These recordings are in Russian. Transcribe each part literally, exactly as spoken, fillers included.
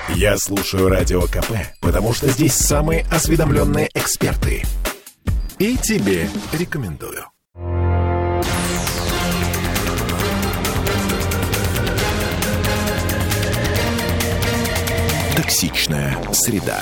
Я слушаю Радио КП, потому что здесь самые осведомленные эксперты. И тебе рекомендую. Токсичная среда.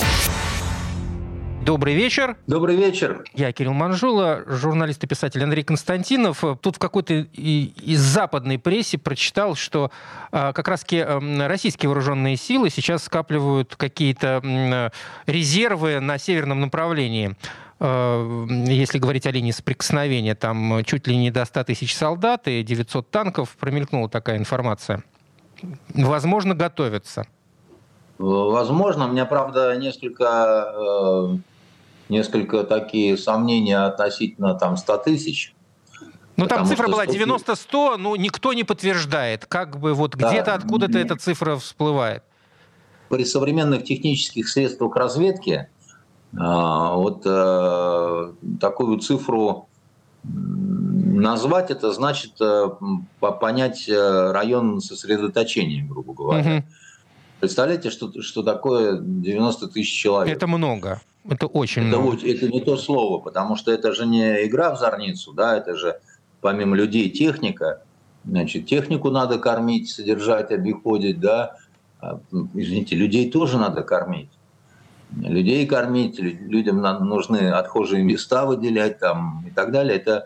Добрый вечер. Добрый вечер. Я Кирилл Манжула, журналист и писатель Андрей Константинов. Тут в какой-то из западной прессе прочитал, что как раз-таки российские вооруженные силы сейчас скапливают какие-то резервы на северном направлении. Если говорить о линии соприкосновения, там чуть ли не до ста тысяч солдат и девятьсот танков. Промелькнула такая информация. Возможно, готовятся. Возможно. У меня, правда, несколько, несколько такие сомнения относительно там ста тысяч. Ну, там цифра была девяносто-сто, но никто не подтверждает. Как бы вот да, где-то откуда-то эта цифра всплывает. При современных технических средствах разведки вот такую цифру назвать, это значит понять район сосредоточения, грубо говоря. Угу. Представляете, что, что такое девяносто тысяч человек? Это много. Это очень это, много. Это не то слово, потому что это же не игра в зорницу, да, это же помимо людей техника. Значит, технику надо кормить, содержать, обиходить, да. Извините, людей тоже надо кормить. Людей кормить, людям нужны отхожие места выделять там, и так далее. Это,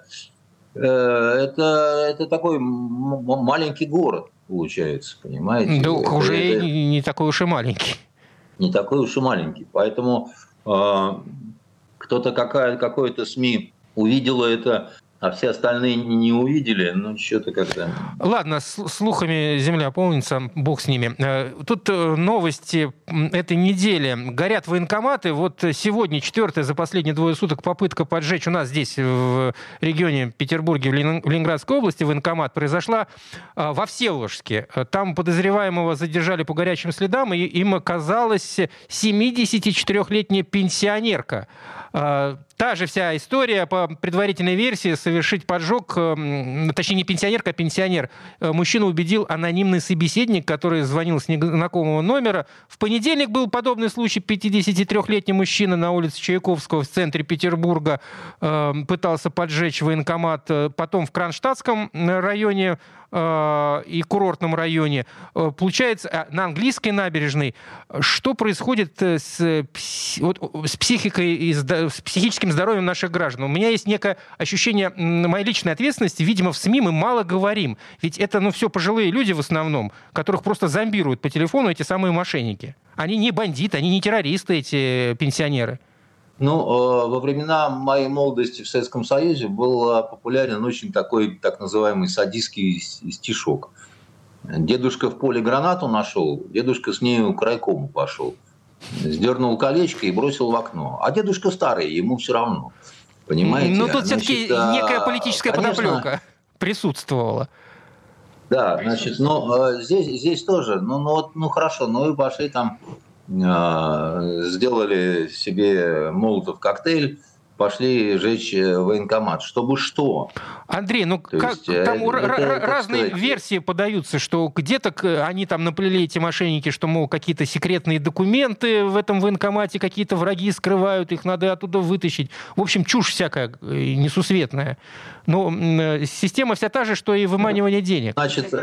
это, это такой маленький город. Получается, понимаете? Да это, уже это не такой уж и маленький. Не такой уж и маленький. Поэтому э, кто-то, какая, какое-то СМИ увидело это, а все остальные не увидели, ну, что-то как-то... Ладно, слухами земля полнится, бог с ними. Тут новости этой недели. Горят военкоматы. Вот сегодня, четвертая за последние двое суток попытка поджечь у нас здесь, в регионе Петербурге, в Ленинградской области, военкомат произошла во Всеволожске. Там подозреваемого задержали по горячим следам, и им оказалась семидесятичетырёхлетняя пенсионерка. Та же вся история, по предварительной версии, совершить поджог, точнее не пенсионерка, а пенсионер. Мужчину убедил анонимный собеседник, который звонил с незнакомого номера. В понедельник был подобный случай. пятидесятитрёхлетний мужчина на улице Чайковского в центре Петербурга пытался поджечь военкомат. Потом в Кронштадтском районе и курортном районе. Получается, на английской набережной. Что происходит с, вот, с психикой и с психическим здоровьем наших граждан? У меня есть некое ощущение моей личной ответственности. Видимо, в СМИ мы мало говорим. Ведь это ну, все пожилые люди в основном, которых просто зомбируют по телефону эти самые мошенники. Они не бандиты, они не террористы, эти пенсионеры. Ну, во времена моей молодости в Советском Союзе был популярен очень такой так называемый садистский стишок. Дедушка в поле гранату нашел, дедушка с нею к райкому пошел. Сдернул колечко и бросил в окно. А дедушка старый, ему все равно. Понимаете? Ну, тут значит, все-таки некая политическая конечно, подоплека присутствовала. Да, значит, ну, здесь, здесь тоже, ну, ну, вот, ну, хорошо, ну, и пошли там... сделали себе молотов коктейль, пошли жечь военкомат. Чтобы что? Андрей, ну как, есть, там это, р- это, разные сказать, версии подаются, что где-то они там наплели, эти мошенники, что, мол, какие-то секретные документы в этом военкомате, какие-то враги скрывают, их надо оттуда вытащить. В общем, чушь всякая несусветная. Но система вся та же, что и выманивание денег. Значит...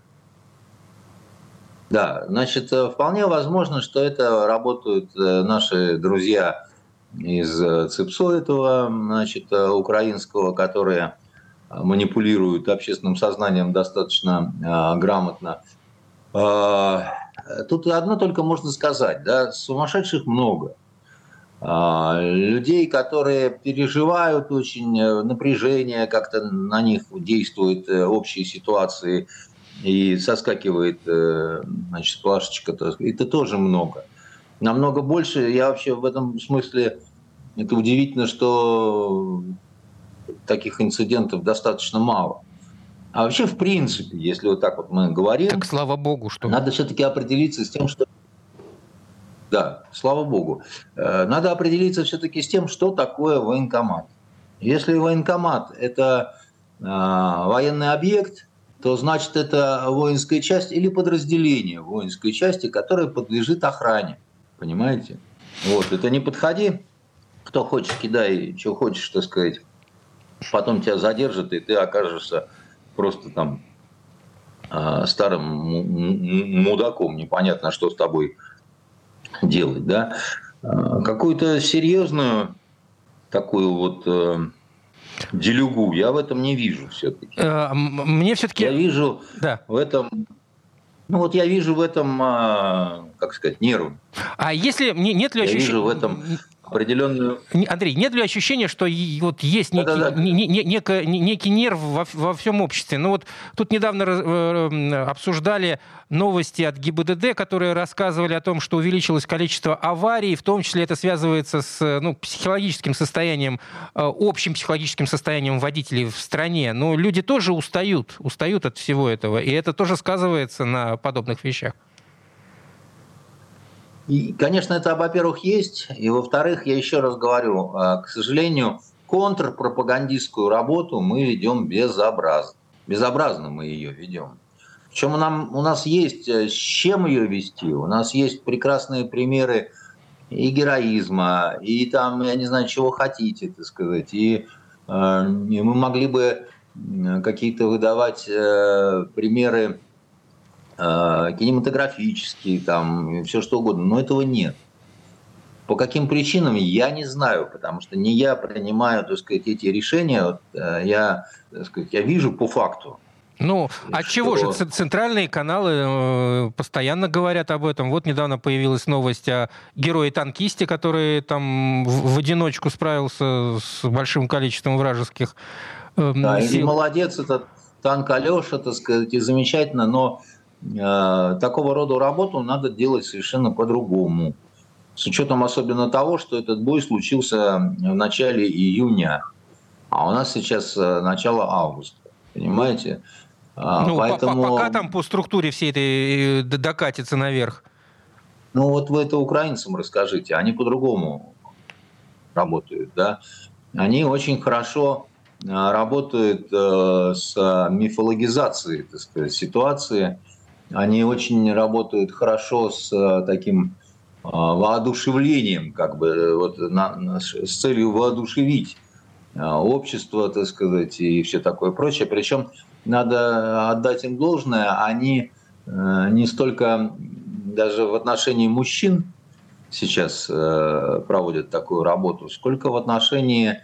Да, значит, вполне возможно, что это работают наши друзья из ЦИПСО этого, значит, украинского, которые манипулируют общественным сознанием достаточно э, грамотно. Э, тут одно только можно сказать, да, сумасшедших много. Э, людей, которые переживают очень, напряжение как-то на них действует, общие ситуации, и соскакивает, значит, плашечка, это тоже много. Намного больше, я вообще в этом смысле, это удивительно, что таких инцидентов достаточно мало. А вообще, в принципе, если вот так вот мы говорим... Так слава богу, что... Надо все-таки определиться с тем, что... Да, слава богу. Надо определиться все-таки с тем, что такое военкомат. Если военкомат – это военный объект, то значит это воинская часть или подразделение воинской части, которое подлежит охране. Понимаете? Вот, это не подходи, кто хочешь, кидай, что хочешь, так сказать. Потом тебя задержат, и ты окажешься просто там старым мудаком, непонятно, что с тобой делать, да. Какую-то серьезную такую вот делюгу я в этом не вижу все-таки. Мне все-таки... Я вижу да. в этом... Ну вот я вижу в этом, как сказать, нерв. А если... Нет ли я ощущения... вижу в этом... определенную... Андрей, нет ли ощущения, что вот есть некий, да, да, да. Не, не, некий, некий нерв во, во всем обществе? Ну вот тут недавно э, обсуждали новости от ГИБДД, которые рассказывали о том, что увеличилось количество аварий, в том числе это связывается с ну, психологическим состоянием, э, общим психологическим состоянием водителей в стране. Но люди тоже устают, устают от всего этого, и это тоже сказывается на подобных вещах. И, конечно, это, во-первых, есть. И, во-вторых, я еще раз говорю, к сожалению, контрпропагандистскую работу мы ведем безобразно. Безобразно мы ее ведем. Причем нам, у нас есть с чем ее вести. У нас есть прекрасные примеры и героизма, и там, я не знаю, чего хотите, так сказать. И, и мы могли бы какие-то выдавать примеры кинематографические, там, все что угодно, но этого нет. По каким причинам, я не знаю, потому что не я принимаю, так сказать, эти решения, я, так сказать, я вижу по факту. Ну, от чего же? Центральные каналы постоянно говорят об этом. Вот недавно появилась новость о герое-танкисте, который там в одиночку справился с большим количеством вражеских да, сил. И молодец этот танк Алеша, так сказать, и замечательно, но такого рода работу надо делать совершенно по-другому. С учетом особенно того, что этот бой случился в начале июня, а у нас сейчас начало августа. Понимаете? Ну, Поэтому... пока там по структуре всей этой докатится наверх. Ну, вот вы это украинцам расскажите. Они по-другому работают, да? Они очень хорошо работают с мифологизацией, так сказать, ситуации. Они очень работают хорошо с таким воодушевлением, как бы, вот, на, на, с целью воодушевить общество, так сказать, и все такое прочее. Причем надо отдать им должное, они не столько даже в отношении мужчин сейчас проводят такую работу, сколько в отношении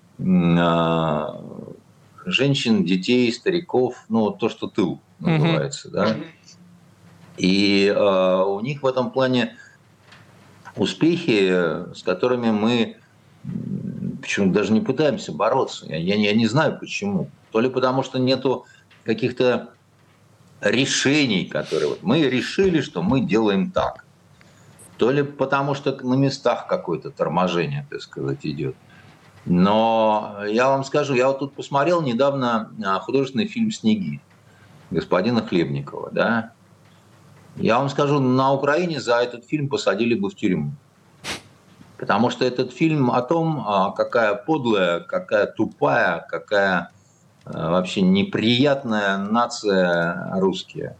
женщин, детей, стариков, ну, то, что тыл называется, mm-hmm. да. И э, у них в этом плане успехи, с которыми мы почему даже не пытаемся бороться. Я, я, я не знаю почему. То ли потому, что нету каких-то решений, которые... Вот, мы решили, что мы делаем так. То ли потому, что на местах какое-то торможение, так сказать, идет. Но я вам скажу, я вот тут посмотрел недавно художественный фильм «Снеги» господина Хлебникова, да. Я вам скажу, на Украине за этот фильм посадили бы в тюрьму. Потому что этот фильм о том, какая подлая, какая тупая, какая вообще неприятная нация русские.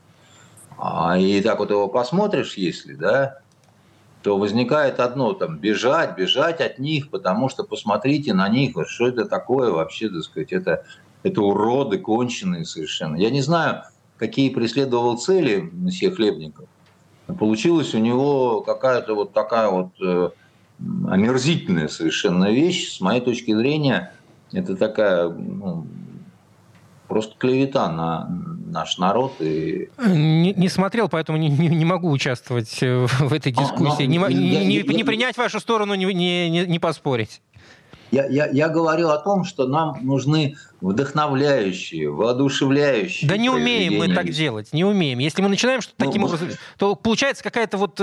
И так вот его посмотришь, если, да, то возникает одно, там, бежать, бежать от них, потому что посмотрите на них, что это такое вообще, так сказать, это, это уроды конченые совершенно. Я не знаю, какие преследовал цели месье Хлебников. Получилась у него какая-то вот такая вот э, омерзительная совершенно вещь. С моей точки зрения, это такая ну, просто клевета на наш народ. И... Не, не смотрел, поэтому не, не, не могу участвовать в этой дискуссии. А, но, не, я, не, я, не я, принять вашу сторону, не, не, не поспорить. Я, я, я говорю о том, что нам нужны вдохновляющие, воодушевляющие. Да не умеем мы так делать, не умеем. Если мы начинаем что-то ну, таким мы... образом, то получается какая-то вот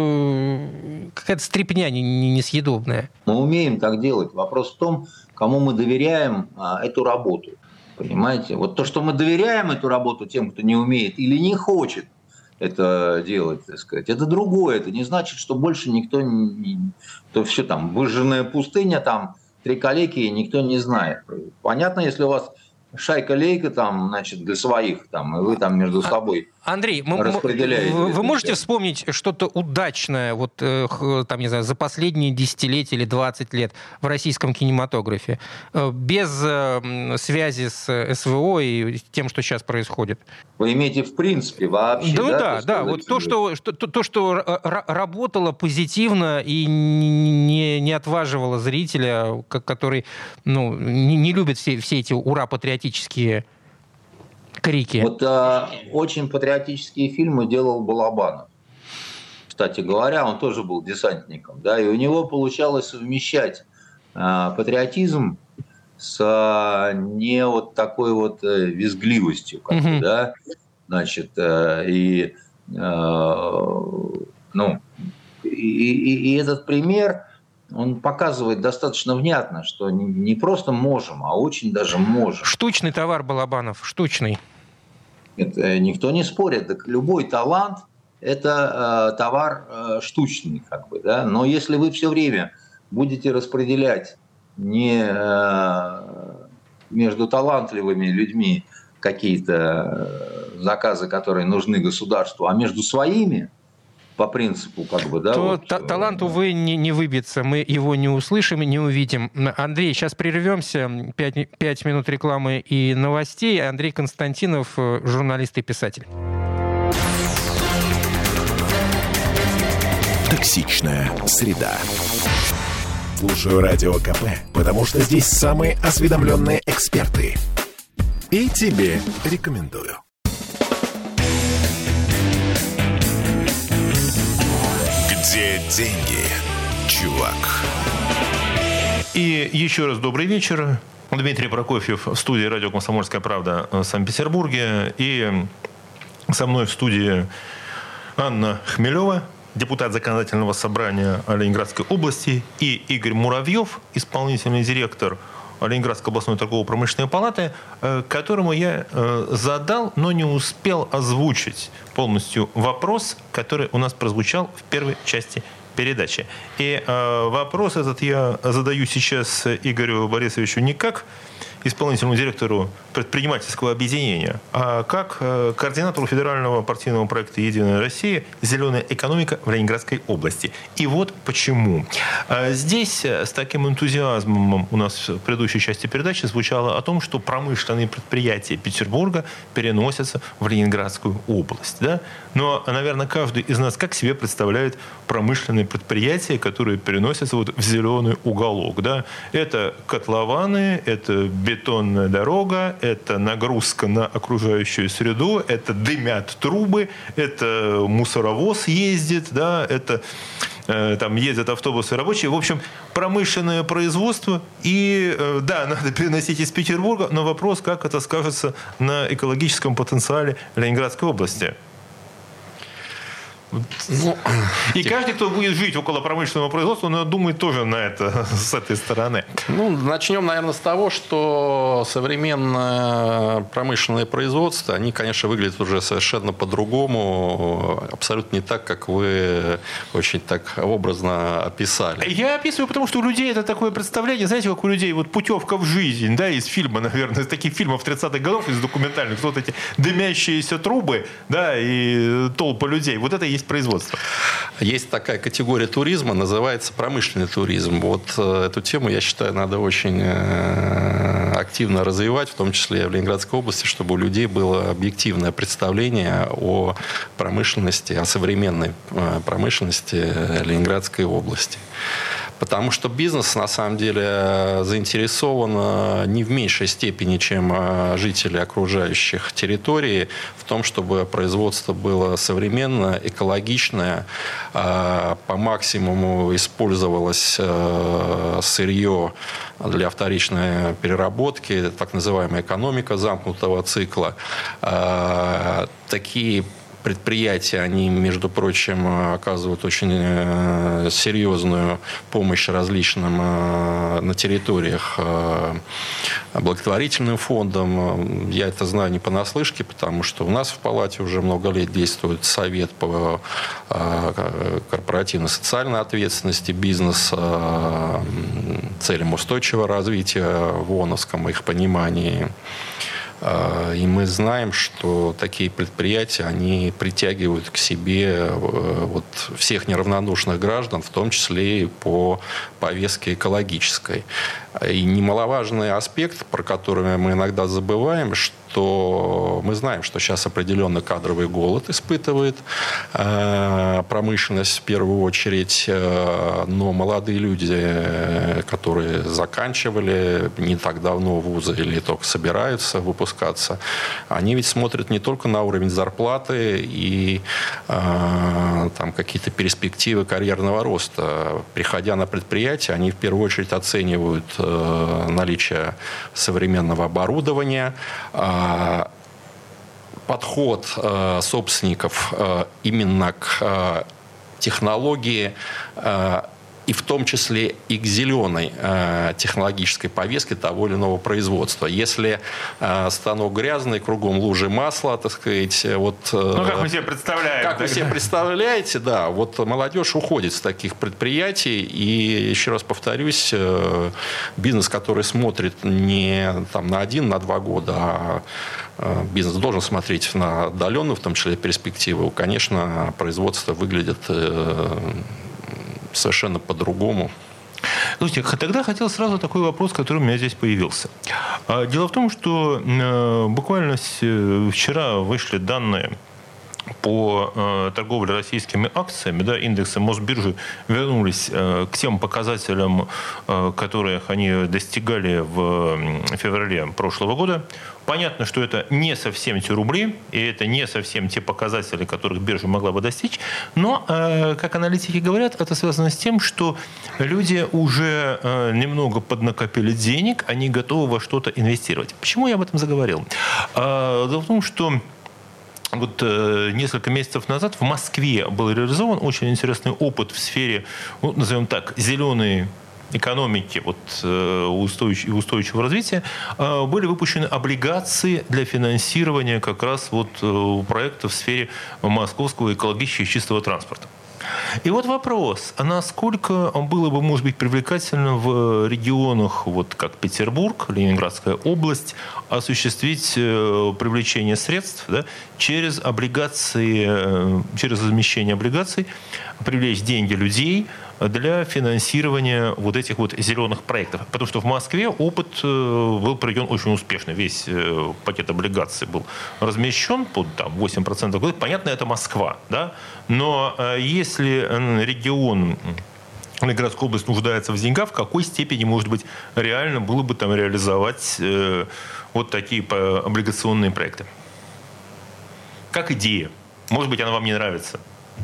э, какая-то стряпня несъедобная. Мы умеем так делать. Вопрос в том, кому мы доверяем а, эту работу. Понимаете? Вот то, что мы доверяем эту работу тем, кто не умеет или не хочет это делать, так сказать, это другое. Это не значит, что больше никто не... То все там, выжженная пустыня, там, три калеки, никто не знает. Понятно, если у вас шайка-лейка там, значит, для своих, там, и вы там между собой Андрей, мы, распределяете. Вы, вы можете вспомнить что-то удачное вот, там, не знаю, за последние десятилетия или двадцать лет в российском кинематографе, без связи с СВО и тем, что сейчас происходит? Вы имеете в принципе вообще? Ну да, да, да. Вот то, что, что, то, что работало позитивно и не, не отваживало зрителя, который ну, не, не любит все, все эти ура-патриотические крики. Вот а, очень патриотические фильмы делал Балабанов. Кстати говоря, он тоже был десантником, да, и у него получалось совмещать а, патриотизм с а, не вот такой вот а, визгливостью, как бы, да, значит, а, и, а, ну, и, и, и этот пример, он показывает достаточно внятно, что не просто можем, а очень даже можем. Штучный товар Балабанов, штучный. Это никто не спорит. Так любой талант – это э, товар э, штучный, как бы, да. Но если вы все время будете распределять не э, между талантливыми людьми какие-то э, заказы, которые нужны государству, а между своими, по принципу, как бы, да. То вот, та- талант, увы, не, не выбьется. Мы его не услышим и не увидим. Андрей, сейчас прервемся. Пять, пять минут рекламы и новостей. Андрей Константинов, журналист и писатель. Токсичная среда. Слушаю Радио КП, потому что здесь самые осведомленные эксперты. И тебе рекомендую. Где деньги, чувак? И еще раз добрый вечер. Дмитрий Прокофьев в студии радио «Комсомольская правда» в Санкт-Петербурге. И со мной в студии Анна Хмелева, депутат Законодательного собрания Ленинградской области, и Игорь Муравьев, исполнительный директор Ленинградской областной торгово-промышленной палаты, которому я задал, но не успел озвучить полностью вопрос, который у нас прозвучал в первой части передачи. И вопрос этот я задаю сейчас Игорю Борисовичу не как исполнительному директору предпринимательского объединения, а как координатору федерального партийного проекта «Единая Россия. Зеленая экономика» в Ленинградской области. И вот почему. Здесь с таким энтузиазмом у нас в предыдущей части передачи звучало о том, что промышленные предприятия Петербурга переносятся в Ленинградскую область. Да? Но, наверное, каждый из нас как себе представляет промышленные предприятия, которые переносятся вот в зеленый уголок. Да? Это котлованы, это бетонная дорога, это нагрузка на окружающую среду, это дымят трубы, это мусоровоз ездит, да, это э, там ездят автобусы рабочие. В общем, промышленное производство. И э, да, надо переносить из Петербурга, но вопрос, как это скажется на экологическом потенциале Ленинградской области. Ну, и каждый, кто будет жить около промышленного производства, он думает тоже на это с этой стороны. Ну, начнем, наверное, с того, что современное промышленное производство, они, конечно, выглядят уже совершенно по-другому, абсолютно не так, как вы очень так образно описали. Я описываю, потому что у людей это такое представление, знаете, как у людей вот путевка в жизнь, да, из фильма, наверное, из таких фильмов тридцатых годов, из документальных, вот эти дымящиеся трубы, да, и толпа людей. Вот это и есть производство. Есть такая категория туризма, называется промышленный туризм. Вот эту тему, я считаю, надо очень активно развивать, в том числе в Ленинградской области, чтобы у людей было объективное представление о промышленности, о современной промышленности Ленинградской области. Потому что бизнес, на самом деле, заинтересован не в меньшей степени, чем жители окружающих территорий, в том, чтобы производство было современное, экологичное, по максимуму использовалось сырье для вторичной переработки, так называемая экономика замкнутого цикла. Такие предприятия, они, между прочим, оказывают очень серьезную помощь различным на территориях благотворительным фондам. Я это знаю не понаслышке, потому что у нас в палате уже много лет действует совет по корпоративной социальной ответственности, бизнес, целям устойчивого развития в ООНовском их понимании. И мы знаем, что такие предприятия, они притягивают к себе вот всех неравнодушных граждан, в том числе и по повестке экологической. И немаловажный аспект, про который мы иногда забываем, что мы знаем, что сейчас определенный кадровый голод испытывает промышленность в первую очередь, но молодые люди, которые заканчивали не так давно вузы или только собираются выпускаться, они ведь смотрят не только на уровень зарплаты и там какие-то перспективы карьерного роста. Приходя на предприятие, они в первую очередь оценивают наличие современного оборудования, подход собственников именно к технологии, и в том числе и к зеленой э, технологической повестке того или иного производства. Если э, станок грязный, кругом лужи масла, так сказать, вот... Э, ну, как мы себе представляем. Как вы себе представляете, да, вот молодежь уходит с таких предприятий, и, еще раз повторюсь, э, бизнес, который смотрит не там, на один, на два года, а э, бизнес должен смотреть на отдаленную, в том числе, перспективу, конечно, производство выглядит... Э, совершенно по-другому. Слушайте, тогда хотел сразу такой вопрос, который у меня здесь появился. Дело в том, что буквально вчера вышли данные по э, торговле российскими акциями, да, индексы Мосбиржи вернулись э, к тем показателям, э, которых они достигали в э, феврале прошлого года. Понятно, что это не совсем те рубли, и это не совсем те показатели, которых биржа могла бы достичь, но, э, как аналитики говорят, это связано с тем, что люди уже э, немного поднакопили денег, они готовы во что-то инвестировать. Почему я об этом заговорил? Э, дело в том, что Вот э, несколько месяцев назад в Москве был реализован очень интересный опыт в сфере, ну, назовем так, зеленой экономики, вот, э, устойчив, устойчивого развития. Э, были выпущены облигации для финансирования как раз вот, э, проектов в сфере московского экологически чистого транспорта. И вот вопрос, а насколько было бы, может быть, привлекательно в регионах, вот как Петербург, Ленинградская область, осуществить привлечение средств, да, через облигации, через размещение облигаций, привлечь деньги людей для финансирования вот этих вот зеленых проектов. Потому что в Москве опыт был проведен очень успешно. Весь пакет облигаций был размещен под там, восемь процентов. Понятно, это Москва. Да? Но если регион, Ленинградская область нуждается в деньгах, в какой степени, может быть, реально было бы там реализовать вот такие облигационные проекты? Как идея. Может быть, она вам не нравится.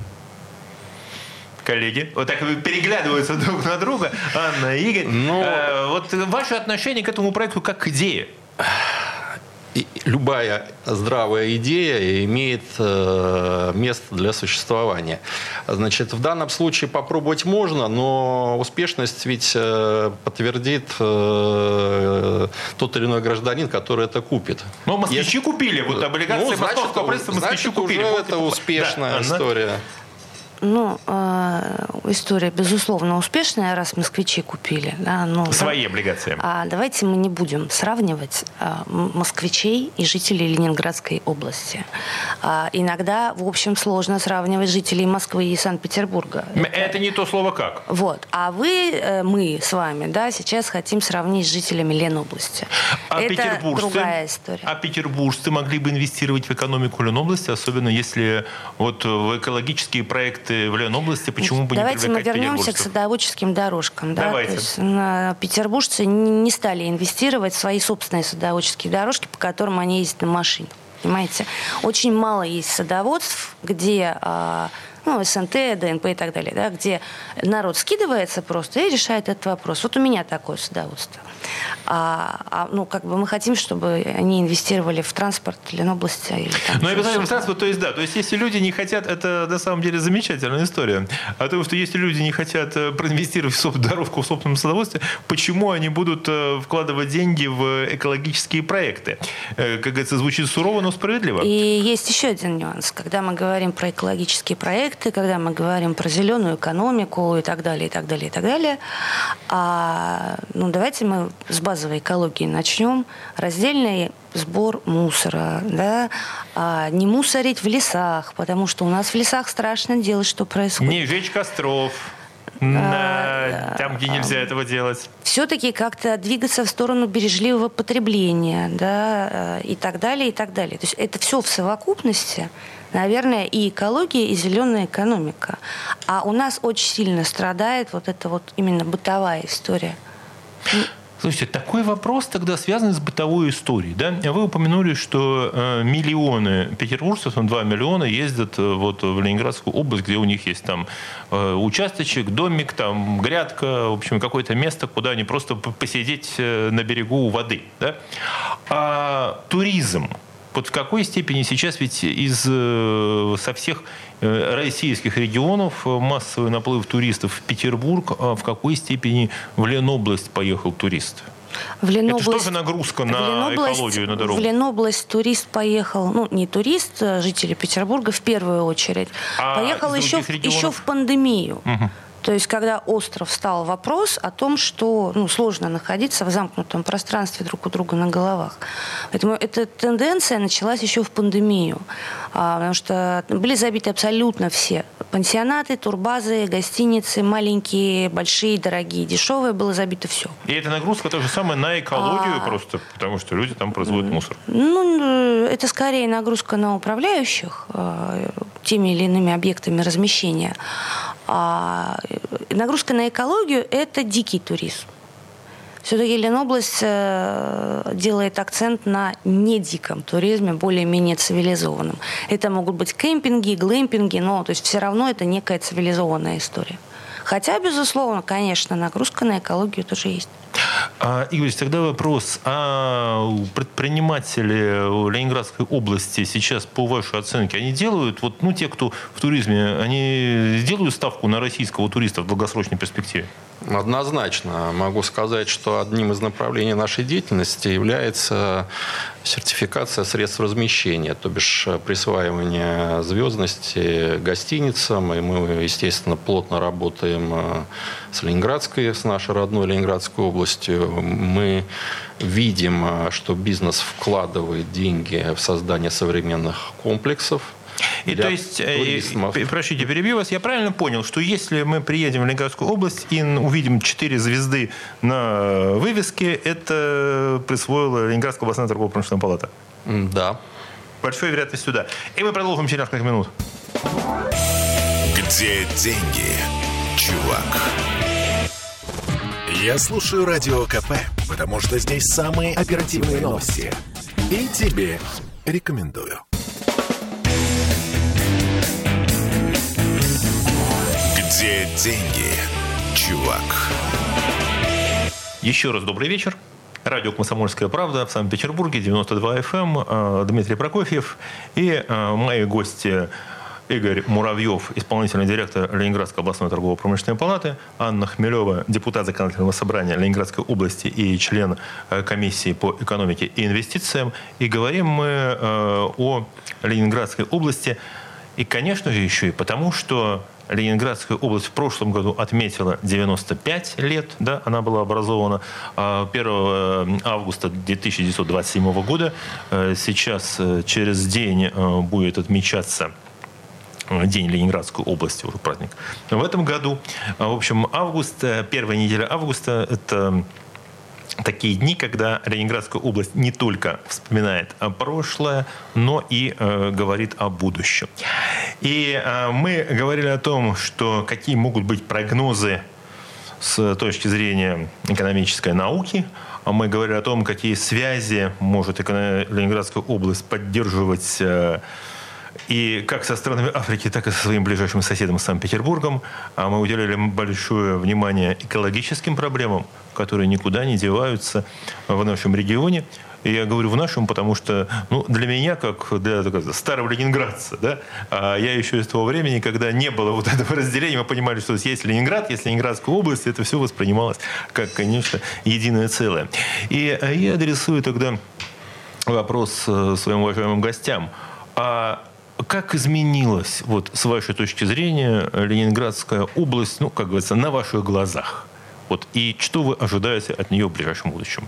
Коллеги, вот так переглядываются друг на друга. Анна, Игорь. Но... Э, вот ваше отношение к этому проекту как к идее? И любая здравая идея имеет э, место для существования. Значит, в данном случае попробовать можно, но успешность ведь э, подтвердит э, тот или иной гражданин, который это купит. Но москвичи Если... купили. Вот облигации ну, значит, московского правительства москвичи купили. Уже это успешная да, история. Она... Ну, э, история, безусловно, успешная, раз москвичи купили. Да, ну, Свои да. облигации. А давайте мы не будем сравнивать э, москвичей и жителей Ленинградской области. А, иногда, в общем, сложно сравнивать жителей Москвы и Санкт-Петербурга. Это, это не то слово «как». Вот. А вы, э, мы с вами, да, сейчас хотим сравнить с жителями Ленобласти. А это другая история. А петербуржцы могли бы инвестировать в экономику Ленобласти, особенно если вот в экологические проекты в Ленобласти, почему бы Давайте не привлекать Давайте мы вернемся к садоводческим дорожкам. Да? Давайте. То есть, на, петербуржцы не стали инвестировать в свои собственные садоводческие дорожки, по которым они ездят на машине. Понимаете? Очень мало есть садоводств, где а, ну, СНТ, ДНП и так далее, да, где народ скидывается просто и решает этот вопрос. Вот у меня такое садоводство. А, а, ну, как бы мы хотим, чтобы они инвестировали в транспорт, Ленобласть. Или там ну, обязательно в транспорт, то есть да. То есть если люди не хотят, это на самом деле замечательная история. А то, что если люди не хотят проинвестировать в дорожку в собственном садоводстве, почему они будут вкладывать деньги в экологические проекты? Как говорится, звучит сурово, но справедливо. И есть еще один нюанс. Когда мы говорим про экологические проекты, когда мы говорим про зеленую экономику и так далее, и так далее, и так далее, а, ну, давайте мы с базовой экологии начнем. Раздельный сбор мусора, да, а не мусорить в лесах, потому что у нас в лесах страшно делать, что происходит. Не жечь костров. На, там, где нельзя этого делать. Все-таки как-то двигаться в сторону бережливого потребления, да, и так далее, и так далее. То есть это все в совокупности, наверное, и экология, и зеленая экономика. А у нас очень сильно страдает вот эта вот именно бытовая история. Слушайте, такой вопрос тогда связан с бытовой историей. Да? Вы упомянули, что э, миллионы петербуржцев, два миллиона, ездят э, вот, в Ленинградскую область, где у них есть там э, участочек, домик, там, грядка, в общем, какое-то место, куда они просто посидеть э, на берегу воды. Да? А туризм. Вот в какой степени сейчас ведь из, со всех российских регионов массовый наплыв туристов в Петербург, а в какой степени в Ленобласть поехал турист? В Ленобласть, это что же нагрузка на экологию, на дорогу? В Ленобласть турист поехал, ну, не турист, а жители Петербурга в первую очередь. А поехал еще, еще в пандемию. Угу. То есть, когда остров встал вопрос о том, что ну, сложно находиться в замкнутом пространстве друг у друга на головах. Поэтому эта тенденция началась еще в пандемию. А, потому что были забиты абсолютно все. Пансионаты, турбазы, гостиницы, маленькие, большие, дорогие, дешевые. Было забито все. И эта нагрузка то же самое на экологию а... просто, потому что люди там производят мусор. Ну, это скорее нагрузка на управляющих теми или иными объектами размещения. А нагрузка на экологию – это дикий туризм. Все-таки Ленобласть делает акцент на недиком туризме, более-менее цивилизованном. Это могут быть кемпинги, глэмпинги, но то есть все равно это некая цивилизованная история. Хотя, безусловно, конечно, нагрузка на экологию тоже есть. А, Игорь, тогда вопрос. А предприниматели Ленинградской области сейчас, по вашей оценке, они делают, вот, ну, те, кто в туризме, они делают ставку на российского туриста в долгосрочной перспективе? Однозначно. Могу сказать, что одним из направлений нашей деятельности является сертификация средств размещения, то бишь присваивание звездности гостиницам. И мы, естественно, плотно работаем с Ленинградской, с нашей родной Ленинградской областью. Мы видим, что бизнес вкладывает деньги в создание современных комплексов. И то есть, и, простите, перебью вас, я правильно понял, что если мы приедем в Ленинградскую область и увидим четыре звезды на вывеске, это присвоила Ленинградская областная торгово-промышленная палата? Да. Большой вероятность сюда. И мы продолжим через несколько минут. Где деньги, чувак? Я слушаю Радио КП, потому что здесь самые оперативные новости. И тебе рекомендую. Где деньги, чувак? Еще раз добрый вечер. Радио «Комсомольская правда» в Санкт-Петербурге, девяносто два эф эм. Дмитрий Прокофьев и мои гости Игорь Муравьев, исполнительный директор Ленинградской областной торгово-промышленной палаты, Анна Хмелева, депутат Законодательного собрания Ленинградской области и член комиссии по экономике и инвестициям. И говорим мы о Ленинградской области. И, конечно же, еще и потому, что Ленинградская область в прошлом году отметила девяносто пять лет, да, она была образована первого августа тысяча девятьсот двадцать седьмого года. Сейчас через день будет отмечаться День Ленинградской области, уже праздник. В этом году, в общем, август, первая неделя августа – это такие дни, когда Ленинградская область не только вспоминает о прошлое, но и э, говорит о будущем. И э, мы говорили о том, что какие могут быть прогнозы с точки зрения экономической науки. Мы говорили о том, какие связи может Ленинградская область поддерживать э, и как со странами Африки, так и со своим ближайшим соседом Санкт-Петербургом. А мы уделили большое внимание экологическим проблемам, которые никуда не деваются в нашем регионе. И я говорю в нашем, потому что ну, для меня, как для такого, старого ленинградца, да, а я еще из того времени, когда не было вот этого разделения, мы понимали, что есть Ленинград, есть Ленинградская область, это все воспринималось как, конечно, единое целое. И я адресую тогда вопрос своим уважаемым гостям. А как изменилась, вот, с вашей точки зрения, Ленинградская область, ну, как говорится, на ваших глазах? Вот, и что вы ожидаете от нее в ближайшем будущем?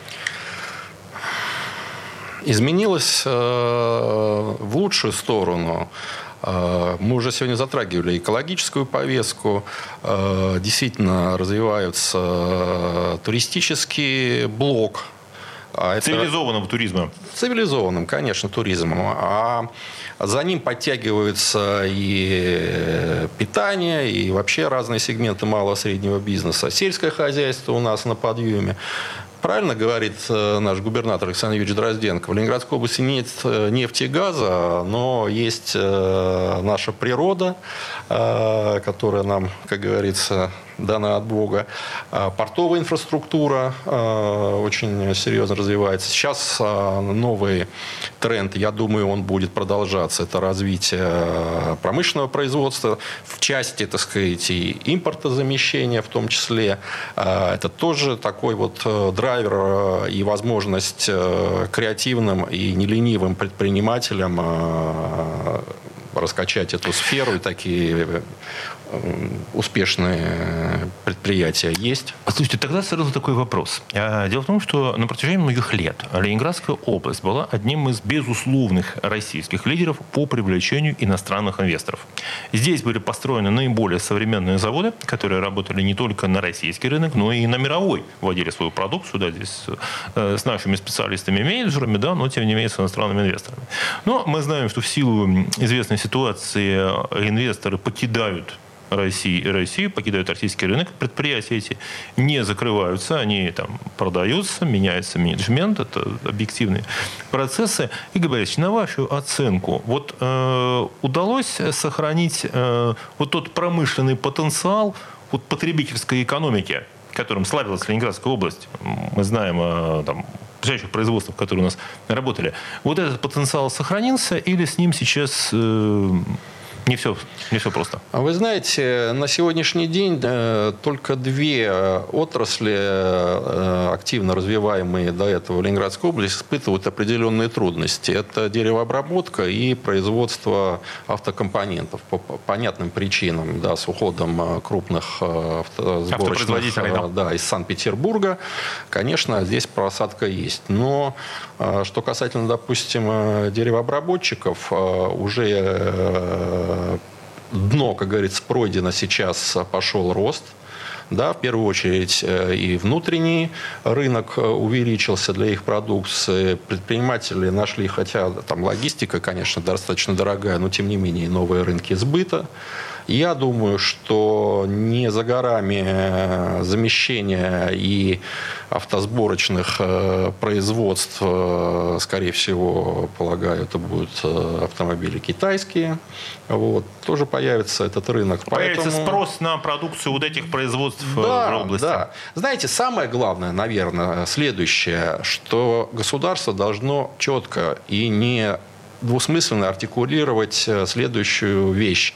Изменилось э, в лучшую сторону. Э, мы уже сегодня затрагивали экологическую повестку. Э, действительно развивается э, туристический блок. А цивилизованного это... туризма. Цивилизованным, конечно, туризмом. А за ним подтягиваются и питание, и вообще разные сегменты малого и среднего бизнеса. Сельское хозяйство у нас на подъеме. Правильно говорит наш губернатор Александр Юрьевич Дрозденко. В Ленинградской области нет нефти и газа, но есть наша природа, которая нам, как говорится, дана от Бога. Портовая инфраструктура очень серьезно развивается. Сейчас новый тренд, я думаю, он будет продолжаться. Это развитие промышленного производства в части, так сказать, и импортозамещения в том числе. Это тоже такой вот драйвер и возможность креативным и неленивым предпринимателям раскачать эту сферу, и такие успешные предприятия есть. Слушайте, тогда сразу такой вопрос. Дело в том, что на протяжении многих лет Ленинградская область была одним из безусловных российских лидеров по привлечению иностранных инвесторов. Здесь были построены наиболее современные заводы, которые работали не только на российский рынок, но и на мировой. Вводили свою продукцию, да, здесь с нашими специалистами-менеджерами, да, но тем не менее с иностранными инвесторами. Но мы знаем, что в силу известной ситуации инвесторы покидают России, Россию, покидают российский рынок, предприятия эти не закрываются, они там продаются, меняется менеджмент, это объективные процессы. Игорь Борисович, на вашу оценку, вот э, удалось сохранить э, вот тот промышленный потенциал вот, потребительской экономики, которым славилась Ленинградская область? Мы знаем о там, ближайших производствах, которые у нас работали. Вот этот потенциал сохранился или с ним сейчас... Э, Не все, не все просто. Вы знаете, на сегодняшний день э, только две отрасли, э, активно развиваемые до этого в Ленинградской области, испытывают определенные трудности. Это деревообработка и производство автокомпонентов по понятным причинам, да, с уходом крупных автосборочных да. Да, из Санкт-Петербурга. Конечно, здесь просадка есть. Но э, что касательно, допустим, деревообработчиков, э, уже дно, как говорится, пройдено, сейчас пошел рост. Да, в первую очередь и внутренний рынок увеличился для их продукции. Предприниматели нашли, хотя там логистика, конечно, достаточно дорогая, но тем не менее новые рынки сбыта. Я думаю, что не за горами замещение и автосборочных производств, скорее всего, полагаю, это будут автомобили китайские. Вот. Тоже появится этот рынок. Появится Поэтому... спрос на продукцию вот этих производств да, в области. Да. Знаете, самое главное, наверное, следующее, что государство должно четко и не двусмысленно артикулировать следующую вещь.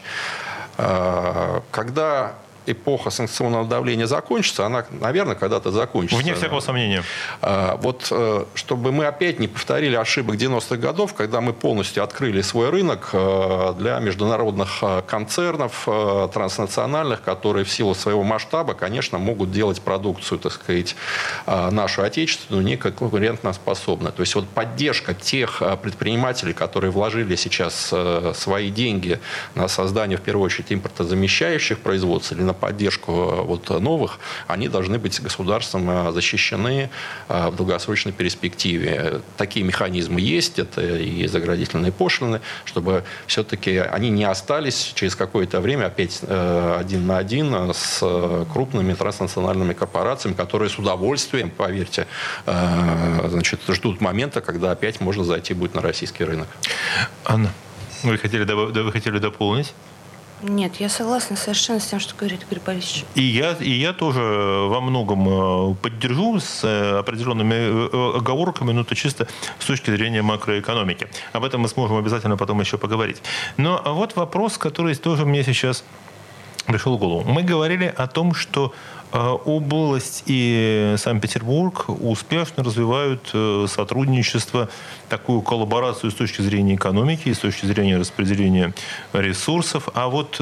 Когда эпоха санкционного давления закончится, она, наверное, когда-то закончится. Вне всякого сомнения. Вот, чтобы мы опять не повторили ошибок девяностых годов, когда мы полностью открыли свой рынок для международных концернов, транснациональных, которые в силу своего масштаба, конечно, могут делать продукцию, так сказать, нашу отечественную, не конкурентоспособную. То есть вот поддержка тех предпринимателей, которые вложили сейчас свои деньги на создание, в первую очередь, импортозамещающих производств или на поддержку вот новых, они должны быть государством защищены в долгосрочной перспективе. Такие механизмы есть, это и заградительные пошлины, чтобы все-таки они не остались через какое-то время опять один на один с крупными транснациональными корпорациями, которые с удовольствием, поверьте, значит, ждут момента, когда опять можно зайти будет на российский рынок. Анна. Вы хотели, вы хотели дополнить? Нет, я согласна совершенно с тем, что говорит Игорь Борисович. И я, и я тоже во многом поддержу с определенными оговорками, но это чисто с точки зрения макроэкономики. Об этом мы сможем обязательно потом еще поговорить. Но вот вопрос, который тоже мне сейчас пришел в голову. Мы говорили о том, что область и Санкт-Петербург успешно развивают сотрудничество, такую коллаборацию с точки зрения экономики и с точки зрения распределения ресурсов. А вот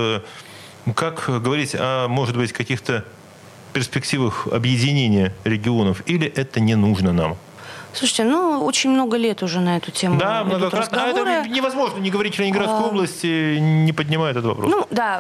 как говорить о, может быть, каких-то перспективах объединения регионов, или это не нужно нам? Слушайте, ну, очень много лет уже на эту тему да, идут разговоры. А это невозможно не говорить о Ленинградской а... области, не поднимая этот вопрос. Ну, да,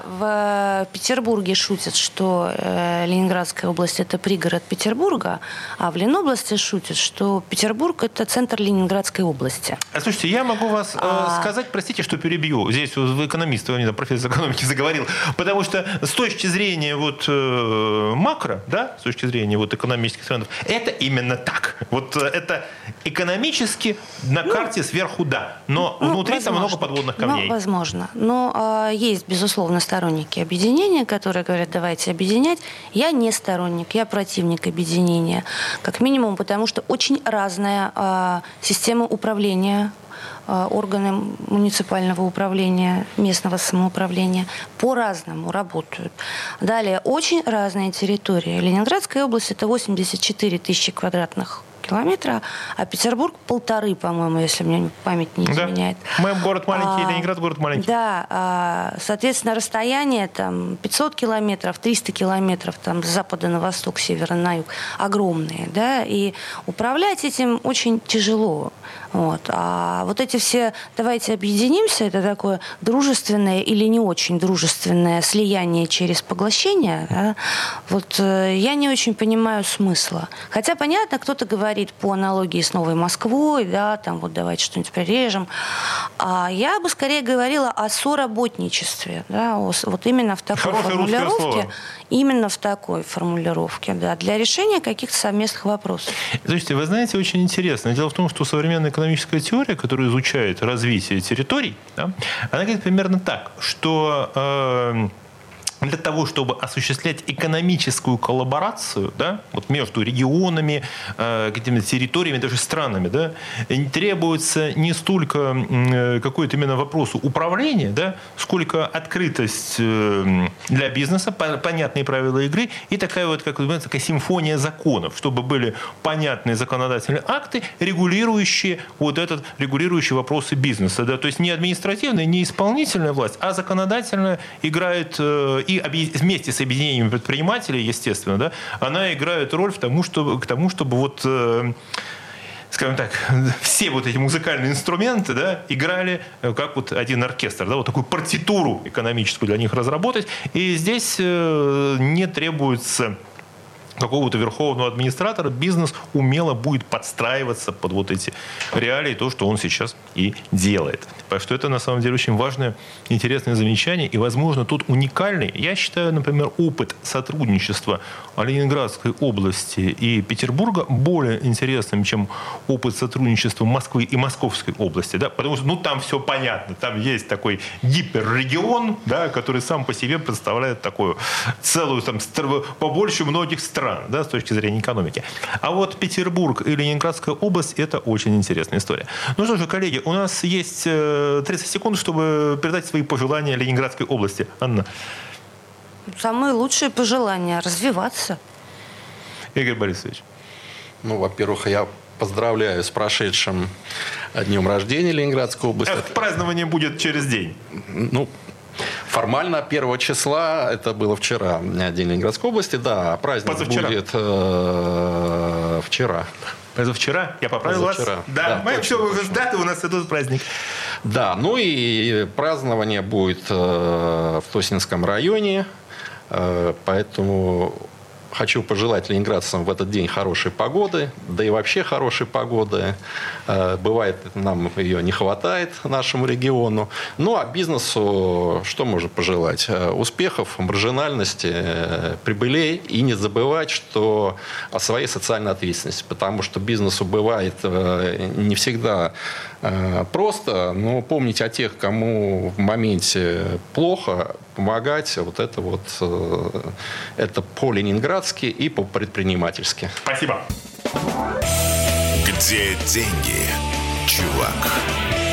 в Петербурге шутят, что э, Ленинградская область – это пригород Петербурга, а в Ленобласти шутят, что Петербург – это центр Ленинградской области. А, слушайте, я могу вас э, а... сказать, простите, что перебью. Здесь вы экономист, вы, профессор экономики заговорил. Потому что с точки зрения вот, э, макро, да, с точки зрения вот, экономических трендов, это именно так. Вот это экономически на карте ну, сверху да, но ну, внутри возможно, там много подводных камней. Ну, возможно. Но э, есть, безусловно, сторонники объединения, которые говорят, давайте объединять. Я не сторонник, я противник объединения. Как минимум, потому что очень разная э, система управления, э, органы муниципального управления, местного самоуправления по-разному работают. Далее, очень разные территории. Ленинградская область – это восемьдесят четыре тысячи квадратных километра, а Петербург полторы, по-моему, если мне память не изменяет. Да. Мы город маленький, а, Ленинград город маленький. Да, а, соответственно, расстояние там пятьсот километров, триста километров там, с запада на восток, с севера на юг огромные, да, и управлять этим очень тяжело. Вот. А вот эти все «давайте объединимся» — это такое дружественное или не очень дружественное слияние через поглощение. Да? Вот я не очень понимаю смысла. Хотя, понятно, кто-то говорит по аналогии с Новой Москвой, да, там вот давайте что-нибудь прирежем. А я бы скорее говорила о соработничестве, да, о, вот именно в такой Хорошее формулировке. Именно в такой формулировке, да, для решения каких-то совместных вопросов. Слушайте, вы знаете, очень интересно. Дело в том, что современная экономическая теория, которая изучает развитие территорий, да, она говорит примерно так, что э, для того, чтобы осуществлять экономическую коллаборацию, да, вот между регионами, э, какими-то территориями, даже странами, да, требуется не столько э, какой-то именно вопрос управления, да, сколько открытость э, для бизнеса, по- понятные правила игры и такая вот, как вы понимаете, такая симфония законов, чтобы были понятные законодательные акты, регулирующие вот этот, регулирующие вопросы бизнеса, да, то есть не административная, не исполнительная власть, а законодательная играет э, и вместе с объединением предпринимателей, естественно, да, она играет роль в тому, чтобы, к тому, чтобы вот, э, скажем так, все вот эти музыкальные инструменты, да, играли как вот один оркестр, да, вот такую партитуру экономическую для них разработать. И здесь э, не требуется какого-то верховного администратора, бизнес умело будет подстраиваться под вот эти реалии, то, что он сейчас и делает. Так что это, на самом деле, очень важное, интересное замечание. И, возможно, тут уникальный, я считаю, например, опыт сотрудничества Ленинградской области и Петербурга более интересным, чем опыт сотрудничества Москвы и Московской области. Да? Потому что, ну, там все понятно. Там есть такой гиперрегион, да, который сам по себе представляет такую целую, там, побольше многих стран. Да, с точки зрения экономики. А вот Петербург и Ленинградская область – это очень интересная история. Ну что же, коллеги, у нас есть тридцать секунд, чтобы передать свои пожелания Ленинградской области. Анна. Самые лучшие пожелания – развиваться. Игорь Борисович. Ну, во-первых, я поздравляю с прошедшим днем рождения Ленинградской области. А празднование будет через день. Ну, формально первого числа, это было вчера, День Ленинградской области, да, праздник Позавчера. будет э, вчера. Позавчера? Я поправил Позавчера. вас? Да, да, все, даты у нас идут праздник. Да, ну и празднование будет э, в Тоснинском районе, э, поэтому хочу пожелать ленинградцам в этот день хорошей погоды, да и вообще хорошей погоды. Бывает, нам ее не хватает, нашему региону. Ну, а бизнесу что можно пожелать? Успехов, маржинальности, прибылей. И не забывать, что о своей социальной ответственности. Потому что бизнесу бывает не всегда просто, но помнить о тех, кому в моменте плохо, помогать, вот это вот, это по-ленинградски и по-предпринимательски. Спасибо. Где деньги, чувак?